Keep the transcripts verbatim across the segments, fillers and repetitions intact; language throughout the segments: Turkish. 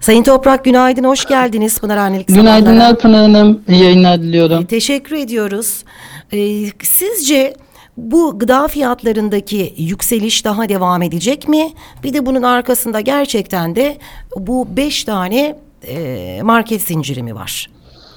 Sayın Toprak, günaydın, hoş geldiniz Pınar Annelik Sabahlara. Günaydınlar Pınar Hanım, iyi yayınlar diliyorum. E, teşekkür ediyoruz. E, sizce bu gıda fiyatlarındaki yükseliş daha devam edecek mi? Bir de bunun arkasında gerçekten de bu beş tane e, market zinciri mi var?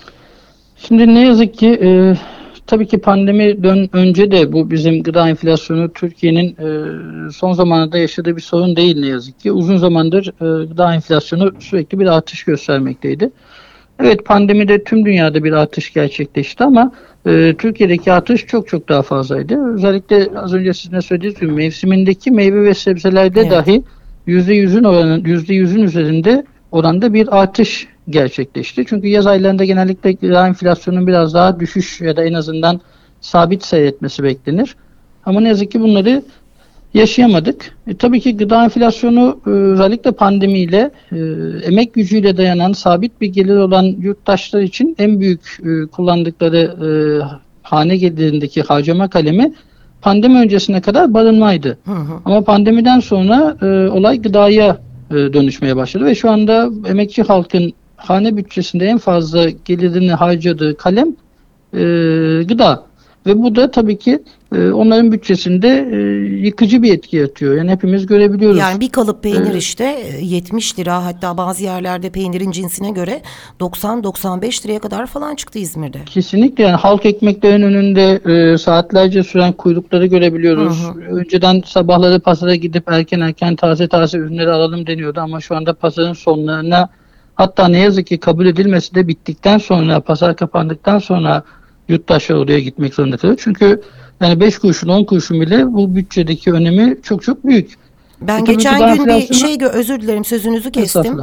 Şimdi ne yazık ki e, tabii ki pandemiden önce de bu bizim gıda enflasyonu Türkiye'nin e, son zamanlarda yaşadığı bir sorun değil ne yazık ki. Uzun zamandır e, gıda enflasyonu sürekli bir artış göstermekteydi. Evet, pandemide tüm dünyada bir artış gerçekleşti ama e, Türkiye'deki artış çok çok daha fazlaydı. Özellikle az önce sizin de söylediğiniz gibi mevsimindeki meyve ve sebzelerde Evet. dahi yüzde yüzün oranı, yüzde yüzün üzerinde oranda bir artış gerçekleşti. Çünkü yaz aylarında genellikle gıda enflasyonunun biraz daha düşüş ya da en azından sabit seyretmesi beklenir. Ama ne yazık ki bunları yaşayamadık. E, tabii ki gıda enflasyonu e, özellikle pandemiyle e, emek gücüyle dayanan sabit bir gelir olan yurttaşlar için en büyük e, kullandıkları e, hane gelirindeki harcama kalemi pandemi öncesine kadar barınmaydı. Hı hı. Ama pandemiden sonra e, olay gıdaya e, dönüşmeye başladı ve şu anda emekçi halkın hane bütçesinde en fazla gelirini harcadığı kalem e, gıda. Ve bu da tabii ki e, onların bütçesinde e, yıkıcı bir etki yaratıyor. Yani hepimiz görebiliyoruz. Yani bir kalıp peynir Evet. işte e, yetmiş lira, hatta bazı yerlerde peynirin cinsine göre doksan doksan beş liraya kadar falan çıktı İzmir'de. Kesinlikle, yani halk ekmeklerin önünde e, saatlerce süren kuyrukları görebiliyoruz. Hı hı. Önceden sabahları pazara gidip erken erken taze taze ürünleri alalım deniyordu ama şu anda pazarın sonlarına, hatta ne yazık ki kabul edilmesi de bittikten sonra, pazar kapandıktan sonra yurttaşlar oraya gitmek zorunda kalıyor. Çünkü yani beş kuruşun on kuruşun bile bu bütçedeki önemi çok çok büyük. Ben E tabii geçen gıda gün bir enflasyonu, şey gö- özür dilerim, sözünüzü kestim. estağfurullah.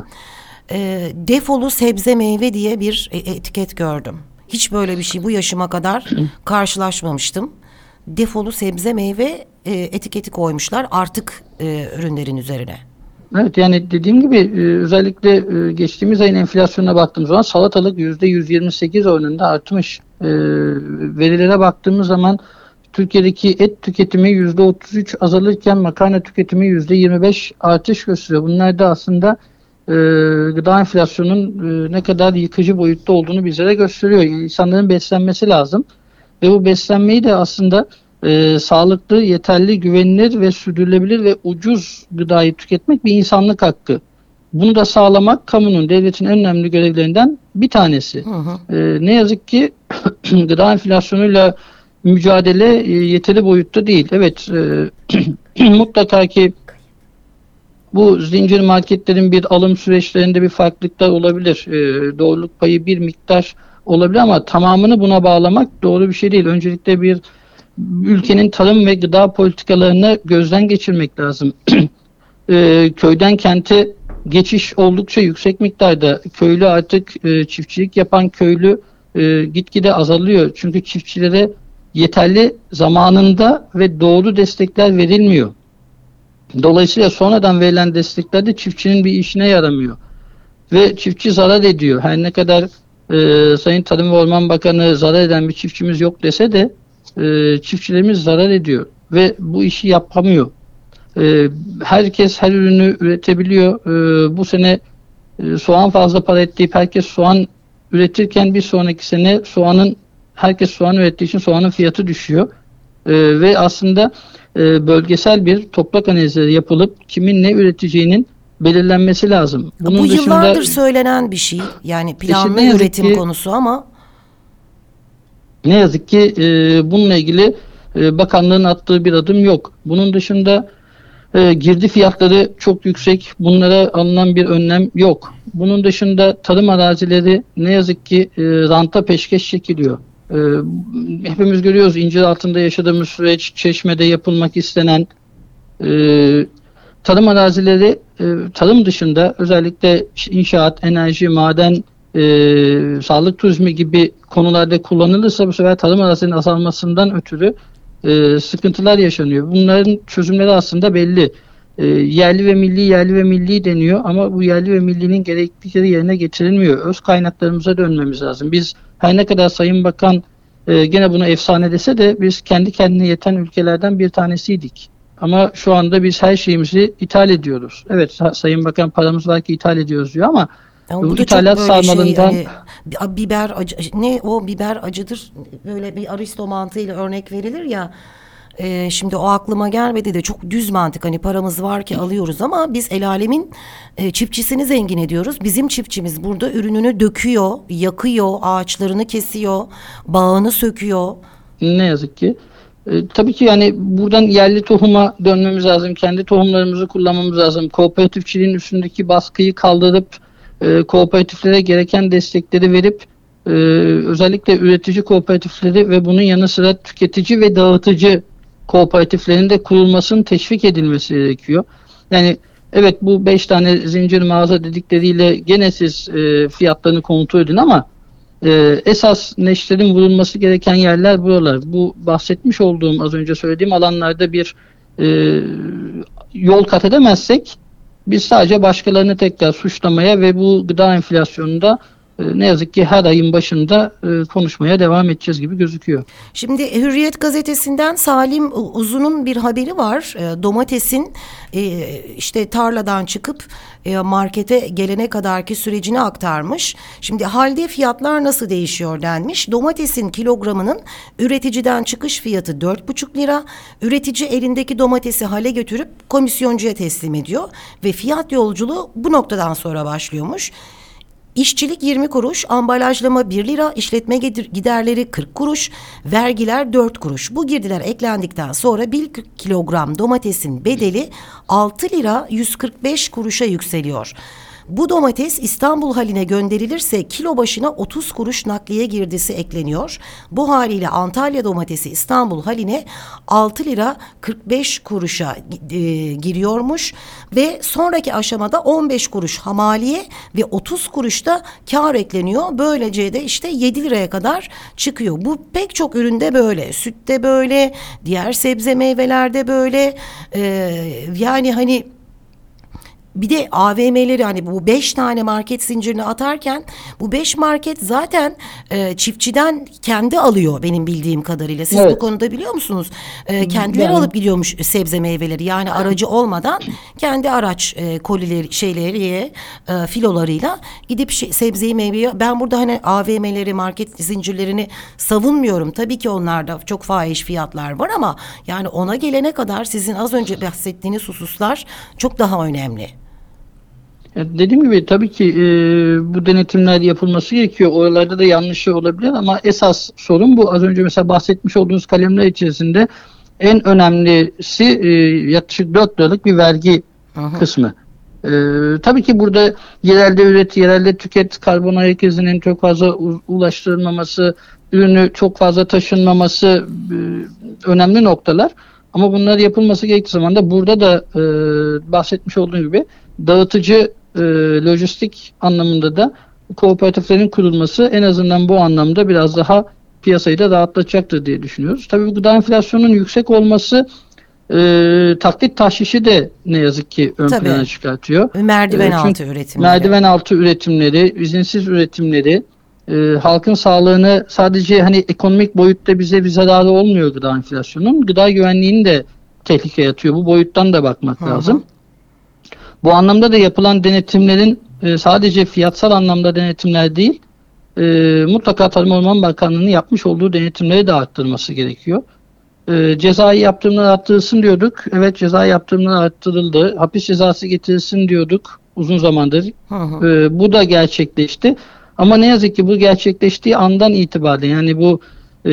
E, defolu sebze meyve diye bir e- etiket gördüm. Hiç böyle bir şey bu yaşıma kadar karşılaşmamıştım. Defolu sebze meyve e, etiketi koymuşlar artık e, ürünlerin üzerine. Evet, yani dediğim gibi e, özellikle e, geçtiğimiz ayın enflasyonuna baktığımız zaman salatalık yüzde yüz yirmi sekiz oranında artmış. E, Verilere baktığımız zaman Türkiye'deki et tüketimi yüzde otuz üç azalırken makarna tüketimi yüzde yirmi beş artış gösteriyor. Bunlar da aslında e, gıda enflasyonunun e, ne kadar yıkıcı boyutta olduğunu bizlere gösteriyor. İnsanların beslenmesi lazım. Ve bu beslenmeyi de aslında e, sağlıklı, yeterli, güvenilir ve sürdürülebilir ve ucuz gıdayı tüketmek bir insanlık hakkı. Bunu da sağlamak kamunun, devletin en önemli görevlerinden bir tanesi. Hı hı. E, ne yazık ki gıda enflasyonuyla mücadele e, yeteri boyutta değil. Evet, e, mutlaka ki bu zincir marketlerin bir alım süreçlerinde bir farklılıklar olabilir. E, doğruluk payı bir miktar olabilir ama tamamını buna bağlamak doğru bir şey değil. Öncelikle bir ülkenin tarım ve gıda politikalarını gözden geçirmek lazım. E, köyden kente geçiş oldukça yüksek miktarda. Köylü artık e, çiftçilik yapan köylü e, gitgide azalıyor. Çünkü çiftçilere yeterli zamanında ve doğru destekler verilmiyor. Dolayısıyla sonradan verilen destekler de çiftçinin bir işine yaramıyor. Ve çiftçi zarar ediyor. Her ne kadar e, Sayın Tarım ve Orman Bakanı zarar eden bir çiftçimiz yok dese de e, çiftçilerimiz zarar ediyor. Ve bu işi yapamıyor. E, herkes her ürünü üretebiliyor. E, bu sene e, soğan fazla para ettiği, herkes soğan üretirken bir sonraki sene soğanın herkes soğan ürettiği için soğanın fiyatı düşüyor. E, ve aslında e, bölgesel bir toprak analizleri yapılıp kimin ne üreteceğinin belirlenmesi lazım. Bunun Bu dışında yıllardır söylenen bir şey. Yani planlı ne yazık üretim ki konusu ama ne yazık ki e, bununla ilgili e, bakanlığın attığı bir adım yok. Bunun dışında e, girdi fiyatları çok yüksek. Bunlara alınan bir önlem yok. Bunun dışında tarım arazileri ne yazık ki e, ranta peşkeş çekiliyor. E, hepimiz görüyoruz incir altında yaşadığımız süreç, Çeşme'de yapılmak istenen e, tarım arazileri e, tarım dışında özellikle inşaat, enerji, maden, e, sağlık turizmi gibi konularda kullanılırsa bu sefer tarım arazinin azalmasından ötürü e, sıkıntılar yaşanıyor. Bunların çözümleri aslında belli. E, yerli ve milli, yerli ve milli deniyor ama bu yerli ve millinin gereklilikleri yerine getirilmiyor. Öz kaynaklarımıza dönmemiz lazım. Biz her ne kadar Sayın Bakan e, gene bunu efsane dese de biz kendi kendine yeten ülkelerden bir tanesiydik. Ama şu anda biz her şeyimizi ithal ediyoruz. Evet, Sayın Bakan paramız var ki ithal ediyoruz diyor ama Ama bu bu da ithalat çok böyle şey sarmalından hani bi- biber acı, ne o biber acıdır, böyle bir Aristo mantığıyla örnek verilir ya. E, şimdi o aklıma gelmedi de çok düz mantık, hani paramız var ki alıyoruz ama biz el alemin e, çiftçisini zengin ediyoruz. Bizim çiftçimiz burada ürününü döküyor, yakıyor, ağaçlarını kesiyor, bağını söküyor. ne yazık ki. E, tabii ki yani buradan yerli tohuma dönmemiz lazım. Kendi tohumlarımızı kullanmamız lazım. Kooperatifçiliğin üstündeki baskıyı kaldırıp e, kooperatiflere gereken destekleri verip e, özellikle üretici kooperatifleri ve bunun yanı sıra tüketici ve dağıtıcı kooperatiflerin de kurulmasının teşvik edilmesi gerekiyor. Yani evet, bu beş tane zincir mağaza dedikleriyle gene siz e, fiyatlarını kontrol edin ama Ee, esas neşterin vurulması gereken yerler buralar. Bu bahsetmiş olduğum, az önce söylediğim alanlarda bir e, yol kat edemezsek biz sadece başkalarını tekrar suçlamaya ve bu gıda enflasyonunda e, ne yazık ki her ayın başında e, konuşmaya devam edeceğiz gibi gözüküyor. Şimdi Hürriyet gazetesinden Salim Uzun'un bir haberi var. E, domatesin e, işte tarladan çıkıp e, markete gelene kadarki sürecini aktarmış. Şimdi halde fiyatlar nasıl değişiyor denmiş. Domatesin kilogramının üreticiden çıkış fiyatı dört buçuk lira. Üretici elindeki domatesi hale götürüp komisyoncuya teslim ediyor ve fiyat yolculuğu bu noktadan sonra başlıyormuş. İşçilik yirmi kuruş, ambalajlama bir lira, işletme giderleri kırk kuruş, vergiler dört kuruş. Bu girdiler eklendikten sonra bir kilogram domatesin bedeli altı lira yüz kırk beş kuruşa yükseliyor. Bu domates İstanbul haline gönderilirse kilo başına otuz kuruş nakliye girdisi ekleniyor. Bu haliyle Antalya domatesi İstanbul haline altı lira kırk beş kuruşa e, giriyormuş ve sonraki aşamada on beş kuruş hamaliye ve otuz kuruş da kar ekleniyor. Böylece de işte yedi liraya kadar çıkıyor. Bu pek çok üründe böyle, sütte böyle, diğer sebze meyvelerde böyle. Ee, yani hani bir de A V M'leri, hani bu beş tane market zincirini atarken bu beş market zaten e, çiftçiden kendi alıyor benim bildiğim kadarıyla. Siz Evet. bu konuda biliyor musunuz? E, kendileri Yani- alıp gidiyormuş sebze meyveleri, yani aracı olmadan kendi araç e, kolileri şeyleri e, filolarıyla gidip şey, sebzeyi meyveyi, ben burada hani A V M'leri, market zincirlerini savunmuyorum. Tabii ki onlarda çok fahiş fiyatlar var ama yani ona gelene kadar sizin az önce bahsettiğiniz hususlar çok daha önemli. Ya dediğim gibi tabii ki e, bu denetimler yapılması gerekiyor. Oralarda da yanlışı olabilir ama esas sorun bu. Az önce mesela bahsetmiş olduğunuz kalemler içerisinde en önemlisi e, yaklaşık dört liralık bir vergi Aha. kısmı. E, tabii ki burada yerelde üret, yerelde tüket, karbon ayak izinin çok fazla u- ulaştırılmaması, ürünü çok fazla taşınmaması e, önemli noktalar. Ama bunlar yapılması gerektiği zaman da burada da e, bahsetmiş olduğum gibi dağıtıcı e, lojistik anlamında da kooperatiflerin kurulması en azından bu anlamda biraz daha piyasayı da rahatlatacaktır diye düşünüyoruz. Tabii bu gıda enflasyonunun yüksek olması e, taklit tahşişi de ne yazık ki ön Tabii. plana çıkartıyor. Merdiven E, altı çünkü üretimleri. Merdiven altı üretimleri, izinsiz üretimleri, e, halkın sağlığını sadece hani ekonomik boyutta bize bir zararı olmuyor gıda enflasyonunun. Gıda güvenliğini de tehlikeye atıyor. Bu boyuttan da bakmak Hı hı. lazım. Bu anlamda da yapılan denetimlerin e, sadece fiyatsal anlamda denetimler değil, e, mutlaka Tarım Orman Bakanlığı'nın yapmış olduğu denetimleri de arttırması gerekiyor. E, cezai yaptırımlar arttırılsın diyorduk. Evet, cezai yaptırımlar arttırıldı. Hapis cezası getirilsin diyorduk uzun zamandır. Hı hı. E, bu da gerçekleşti. Ama ne yazık ki bu gerçekleştiği andan itibaren, yani bu e,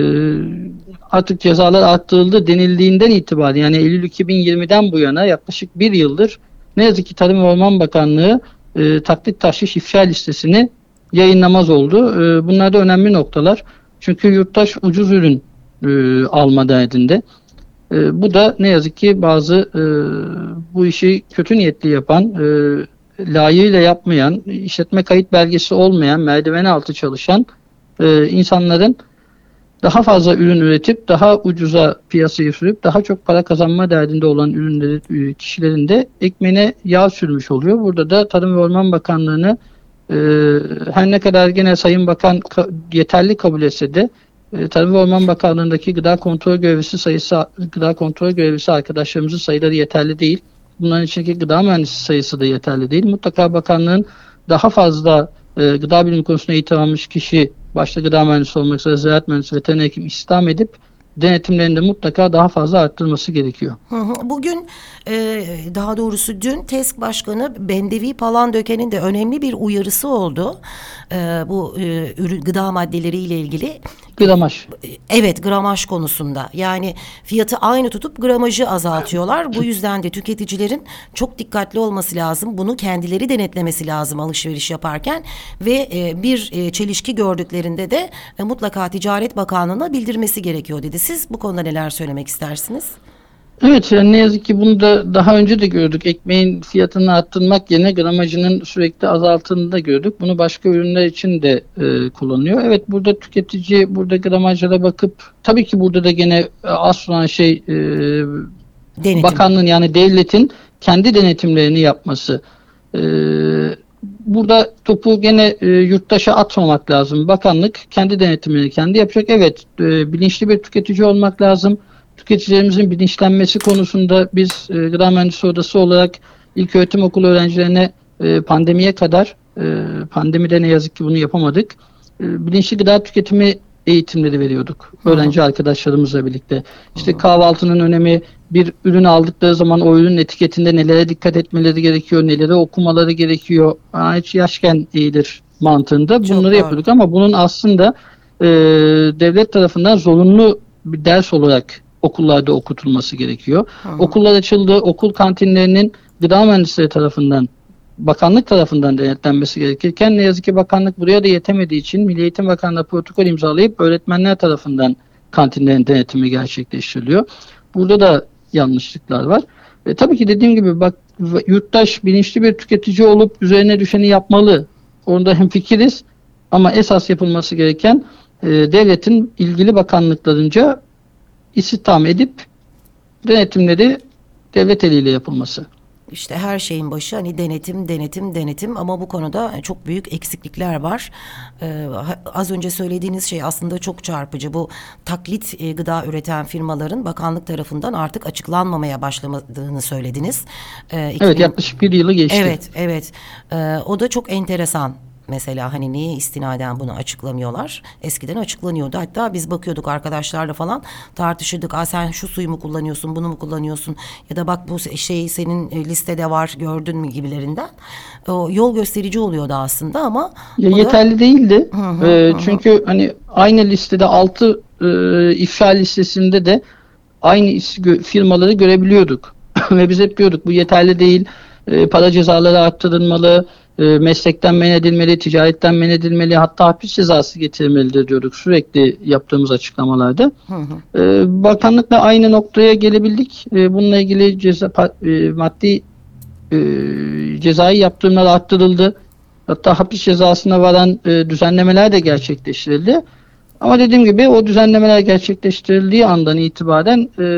artık cezalar arttırıldı denildiğinden itibaren, yani Eylül iki bin yirmiden bu yana yaklaşık bir yıldır ne yazık ki Tarım ve Orman Bakanlığı e, taklit tahşiş ifşa listesini yayınlamaz oldu. E, bunlar da önemli noktalar. Çünkü yurttaş ucuz ürün e, alma derdinde. E, bu da ne yazık ki bazı e, bu işi kötü niyetli yapan, e, layığıyla yapmayan, işletme kayıt belgesi olmayan, merdiven altı çalışan e, insanların daha fazla ürün üretip daha ucuza piyasaya sürüp daha çok para kazanma derdinde olan ürünleri, kişilerin de ekmeğine yağ sürmüş oluyor. Burada da Tarım ve Orman Bakanlığı'nı e, her ne kadar gene Sayın Bakan ka- yeterli kabul etse de e, Tarım ve Orman Bakanlığı'ndaki gıda kontrol görevlisi sayısı, gıda kontrol görevlisi arkadaşlarımızın sayıları yeterli değil. Bunların içindeki gıda mühendisi sayısı da yeterli değil. Mutlaka bakanlığın daha fazla e, gıda bilimi konusunda eğitim almış kişi, başta gıda mühendisi olmak üzere ziraat mühendisi, veteriner hekim istihdam edip denetimlerinde mutlaka daha fazla arttırılması gerekiyor. Hı hı. Bugün e, daha doğrusu dün TESK Başkanı Bendevi Palandöken'in de önemli bir uyarısı oldu. E, bu e, ürün gıda maddeleri ile ilgili. Gramaj. Evet, gramaj konusunda. Yani fiyatı aynı tutup gramajı azaltıyorlar. Bu yüzden de tüketicilerin çok dikkatli olması lazım. Bunu kendileri denetlemesi lazım alışveriş yaparken ve e, bir e, çelişki gördüklerinde de e, mutlaka Ticaret Bakanlığı'na bildirmesi gerekiyor dedi. Siz bu konuda neler söylemek istersiniz? Evet, yani ne yazık ki bunu da daha önce de gördük. Ekmeğin fiyatını arttırmak yerine gramajının sürekli azaltındığını da gördük. Bunu başka ürünler için de e, kullanıyor. Evet, burada tüketici burada gramajlara bakıp, tabii ki burada da gene e, asıl olan şey e, Denetim. bakanlığın, yani devletin kendi denetimlerini yapması. E, burada topu gene e, yurttaşa atmamak lazım. Bakanlık kendi denetimlerini kendi yapacak. Evet, e, bilinçli bir tüketici olmak lazım. Tüketicilerimizin bilinçlenmesi konusunda biz e, Gıda Mühendisliği Odası olarak ilköğretim okulu öğrencilerine e, pandemiye kadar, e, pandemide ne yazık ki bunu yapamadık, e, bilinçli gıda tüketimi eğitimleri veriyorduk öğrenci arkadaşlarımızla birlikte. İşte kahvaltının önemi, bir ürün aldıkları zaman o ürünün etiketinde nelere dikkat etmeleri gerekiyor, neleri okumaları gerekiyor. Aa, hiç yaşken iyidir mantığında bunları doğru. yapıyorduk ama bunun aslında e, devlet tarafından zorunlu bir ders olarak okullarda okutulması gerekiyor. Hı. Okullar açıldı. Okul kantinlerinin gıda mühendisleri tarafından, bakanlık tarafından denetlenmesi gerekirken ne yazık ki bakanlık buraya da yetemediği için Milli Eğitim Bakanlığı protokol imzalayıp öğretmenler tarafından kantinlerin denetimi gerçekleştiriliyor. Burada da yanlışlıklar var. E, tabii ki dediğim gibi bak, yurttaş bilinçli bir tüketici olup üzerine düşeni yapmalı. Onda hemfikiriz ama esas yapılması gereken e, devletin ilgili bakanlıklarınca istihdam edip denetimleri devlet eliyle yapılması. İşte her şeyin başı hani denetim, denetim, denetim ama bu konuda çok büyük eksiklikler var. Ee, az önce söylediğiniz şey aslında çok çarpıcı. Bu taklit e, gıda üreten firmaların bakanlık tarafından artık açıklanmamaya başladığını söylediniz. Ee, iki Evet, bin yaklaşık bir yılı geçti. Evet, evet. Ee, o da çok enteresan. Mesela hani niye istinaden bunu açıklamıyorlar? Eskiden açıklanıyordu. Hatta biz bakıyorduk arkadaşlarla falan tartışırdık. Aa, sen şu suyu mu kullanıyorsun, bunu mu kullanıyorsun? Ya da bak bu şey senin e, listede var, gördün mü gibilerinden. O yol gösterici oluyordu aslında ama Ya, o da- yeterli değildi. Hı hı, Ee, hı hı. çünkü hani aynı listede altı e, ifşa listesinde de aynı is- gö- firmaları görebiliyorduk. Ve biz hep diyorduk bu yeterli değil. E, para cezaları arttırılmalı, e, meslekten men edilmeli, ticaretten men edilmeli, hatta hapis cezası getirilmelidir diyorduk sürekli yaptığımız açıklamalarda. Hı hı. E, bakanlıkla aynı noktaya gelebildik. E, bununla ilgili ceza, pa- e, maddi e, cezai yaptırımlar arttırıldı. Hatta hapis cezasına varan e, düzenlemeler de gerçekleştirildi. Ama dediğim gibi o düzenlemeler gerçekleştirildiği andan itibaren e,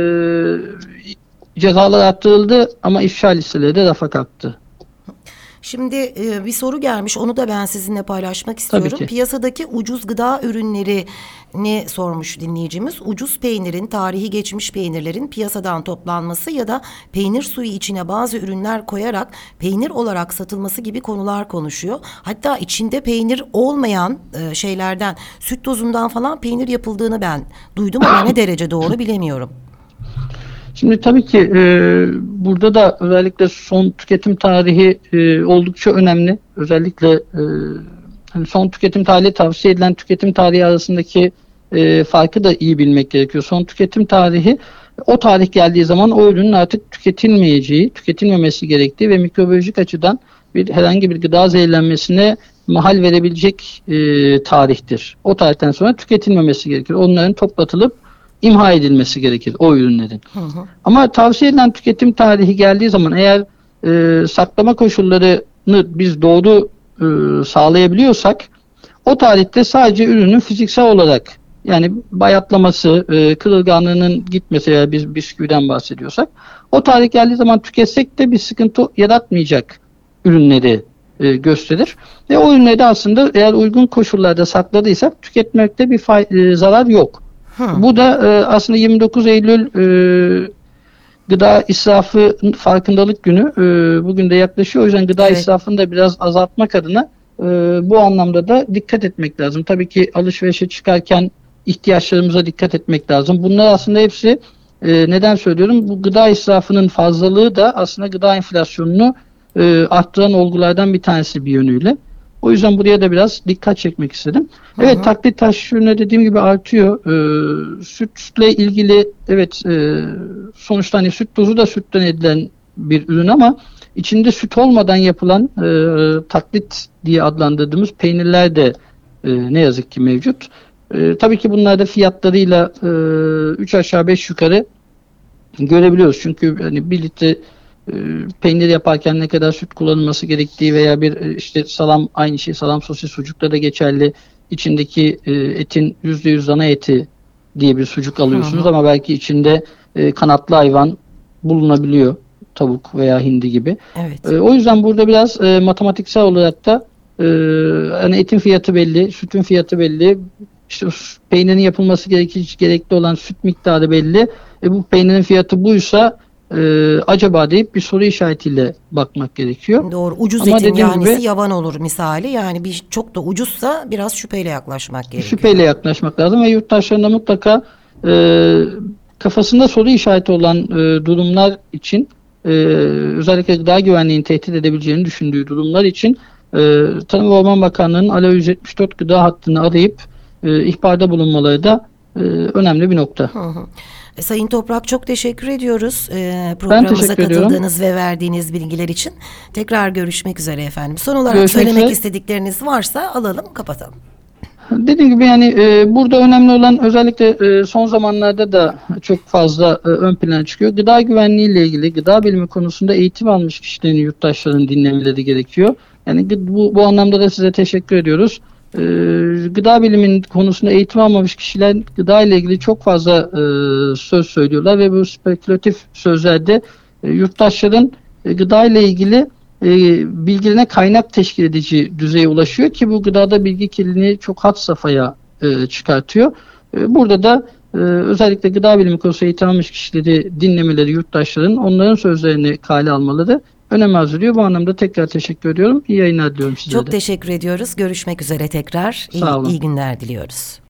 cezalar arttırıldı ama ifşa listeleri de rafa kalktı. Şimdi e, bir soru gelmiş, onu da ben sizinle paylaşmak istiyorum. ki. Piyasadaki ucuz gıda ürünlerini sormuş dinleyicimiz. Ucuz peynirin, tarihi geçmiş peynirlerin piyasadan toplanması ya da peynir suyu içine bazı ürünler koyarak peynir olarak satılması gibi konular konuşuyor. Hatta içinde peynir olmayan e, şeylerden, süt tozundan falan peynir yapıldığını ben duydum ama ne derece doğru bilemiyorum. Şimdi tabii ki e, burada da özellikle son tüketim tarihi e, oldukça önemli. Özellikle e, hani son tüketim tarihi tavsiye edilen tüketim tarihi arasındaki e, farkı da iyi bilmek gerekiyor. Son tüketim tarihi, o tarih geldiği zaman o ürünün artık tüketilmeyeceği, tüketilmemesi gerektiği ve mikrobiyolojik açıdan bir herhangi bir gıda zehirlenmesine mahal verebilecek e, tarihtir. O tarihten sonra tüketilmemesi gerekir. Onların toplatılıp imha edilmesi gerekir o ürünlerin. Hı hı. Ama tavsiye edilen tüketim tarihi geldiği zaman eğer e, saklama koşullarını biz doğru e, sağlayabiliyorsak o tarihte sadece ürünün fiziksel olarak, yani bayatlaması, e, kırılganlığının gitmesi, eğer biz bisküviden bahsediyorsak, o tarih geldiği zaman tüketsek de bir sıkıntı yaratmayacak ürünleri e, gösterir. Ve o ürünleri aslında eğer uygun koşullarda sakladıysak tüketmekte bir fay- e, zarar yok. Hı. Bu da e, aslında yirmi dokuz Eylül e, gıda israfı farkındalık günü e, bugün de yaklaşıyor. O yüzden gıda Evet. israfını da biraz azaltmak adına e, bu anlamda da dikkat etmek lazım. Tabii ki alışverişe çıkarken ihtiyaçlarımıza dikkat etmek lazım. Bunlar aslında hepsi e, neden söylüyorum? Bu gıda israfının fazlalığı da aslında gıda enflasyonunu e, arttıran olgulardan bir tanesi bir yönüyle. O yüzden buraya da biraz dikkat çekmek istedim. Hı Evet, hı. taklit taş ürünü dediğim gibi artıyor. Ee, sütle ilgili evet e, sonuçta hani süt tozu da sütten edilen bir ürün ama içinde süt olmadan yapılan e, taklit diye adlandırdığımız peynirler de e, ne yazık ki mevcut. E, tabii ki bunlar da fiyatlarıyla e, üç aşağı beş yukarı görebiliyoruz. Çünkü hani bir litre e, peynir yaparken ne kadar süt kullanılması gerektiği veya bir e, işte salam, aynı şey salam, sosis, sucukta da geçerli. İçindeki e, etin yüzde yüz dana eti diye bir sucuk alıyorsunuz Hı hı. ama belki içinde e, kanatlı hayvan bulunabiliyor. Tavuk veya hindi gibi. Evet. E, o yüzden burada biraz e, matematiksel olarak da e, hani etin fiyatı belli, sütün fiyatı belli. İşte o s- peynirin yapılması gerekir, gerekli olan süt miktarı belli. E, bu peynirin fiyatı buysa e, acaba deyip bir soru işaretiyle bakmak gerekiyor. Doğru. Ucuz Ama etin dediğim yahnisi gibi yavan olur misali. Yani bir çok da ucuzsa biraz şüpheyle yaklaşmak gerekiyor. şüpheyle yaklaşmak lazım ve yurttaşlarına mutlaka e, kafasında soru işareti olan e, durumlar için e, özellikle gıda güvenliğini tehdit edebileceğini düşündüğü durumlar için e, Tarım ve Orman Bakanlığı'nın Alo yüz yetmiş dört gıda hattını arayıp e, ihbarda bulunmaları da e, önemli bir nokta. Hı hı. E, Sayın Toprak, çok teşekkür ediyoruz e, Ben programımıza teşekkür ediyorum. katıldığınız ve verdiğiniz bilgiler için. Tekrar görüşmek üzere efendim. Son olarak Görüşmek söylemek üzere. istedikleriniz varsa alalım, kapatalım. Dediğim gibi yani e, burada önemli olan özellikle e, son zamanlarda da çok fazla e, ön plana çıkıyor. Gıda güvenliği ile ilgili gıda bilimi konusunda eğitim almış kişilerin, yurttaşların dinlemeleri gerekiyor. Yani gı- bu, bu anlamda da size teşekkür ediyoruz. E, gıda bilimin konusunda eğitim almamış kişiler gıda ile ilgili çok fazla e, söz söylüyorlar ve bu spekülatif sözlerde e, yurttaşların e, gıda ile ilgili e, bilgilerine kaynak teşkil edici düzeye ulaşıyor ki bu gıdada bilgi kirliliğini çok had safhaya e, çıkartıyor. E, burada da e, özellikle gıda bilimi konusunda eğitim almış kişileri dinlemeleri, yurttaşların onların sözlerini kale almaları önem arz ediyor. Bu anlamda tekrar teşekkür ediyorum. İyi yayınlar diliyorum size Çok de. teşekkür ediyoruz. Görüşmek üzere tekrar. İyi, Sağ olun. iyi günler diliyoruz.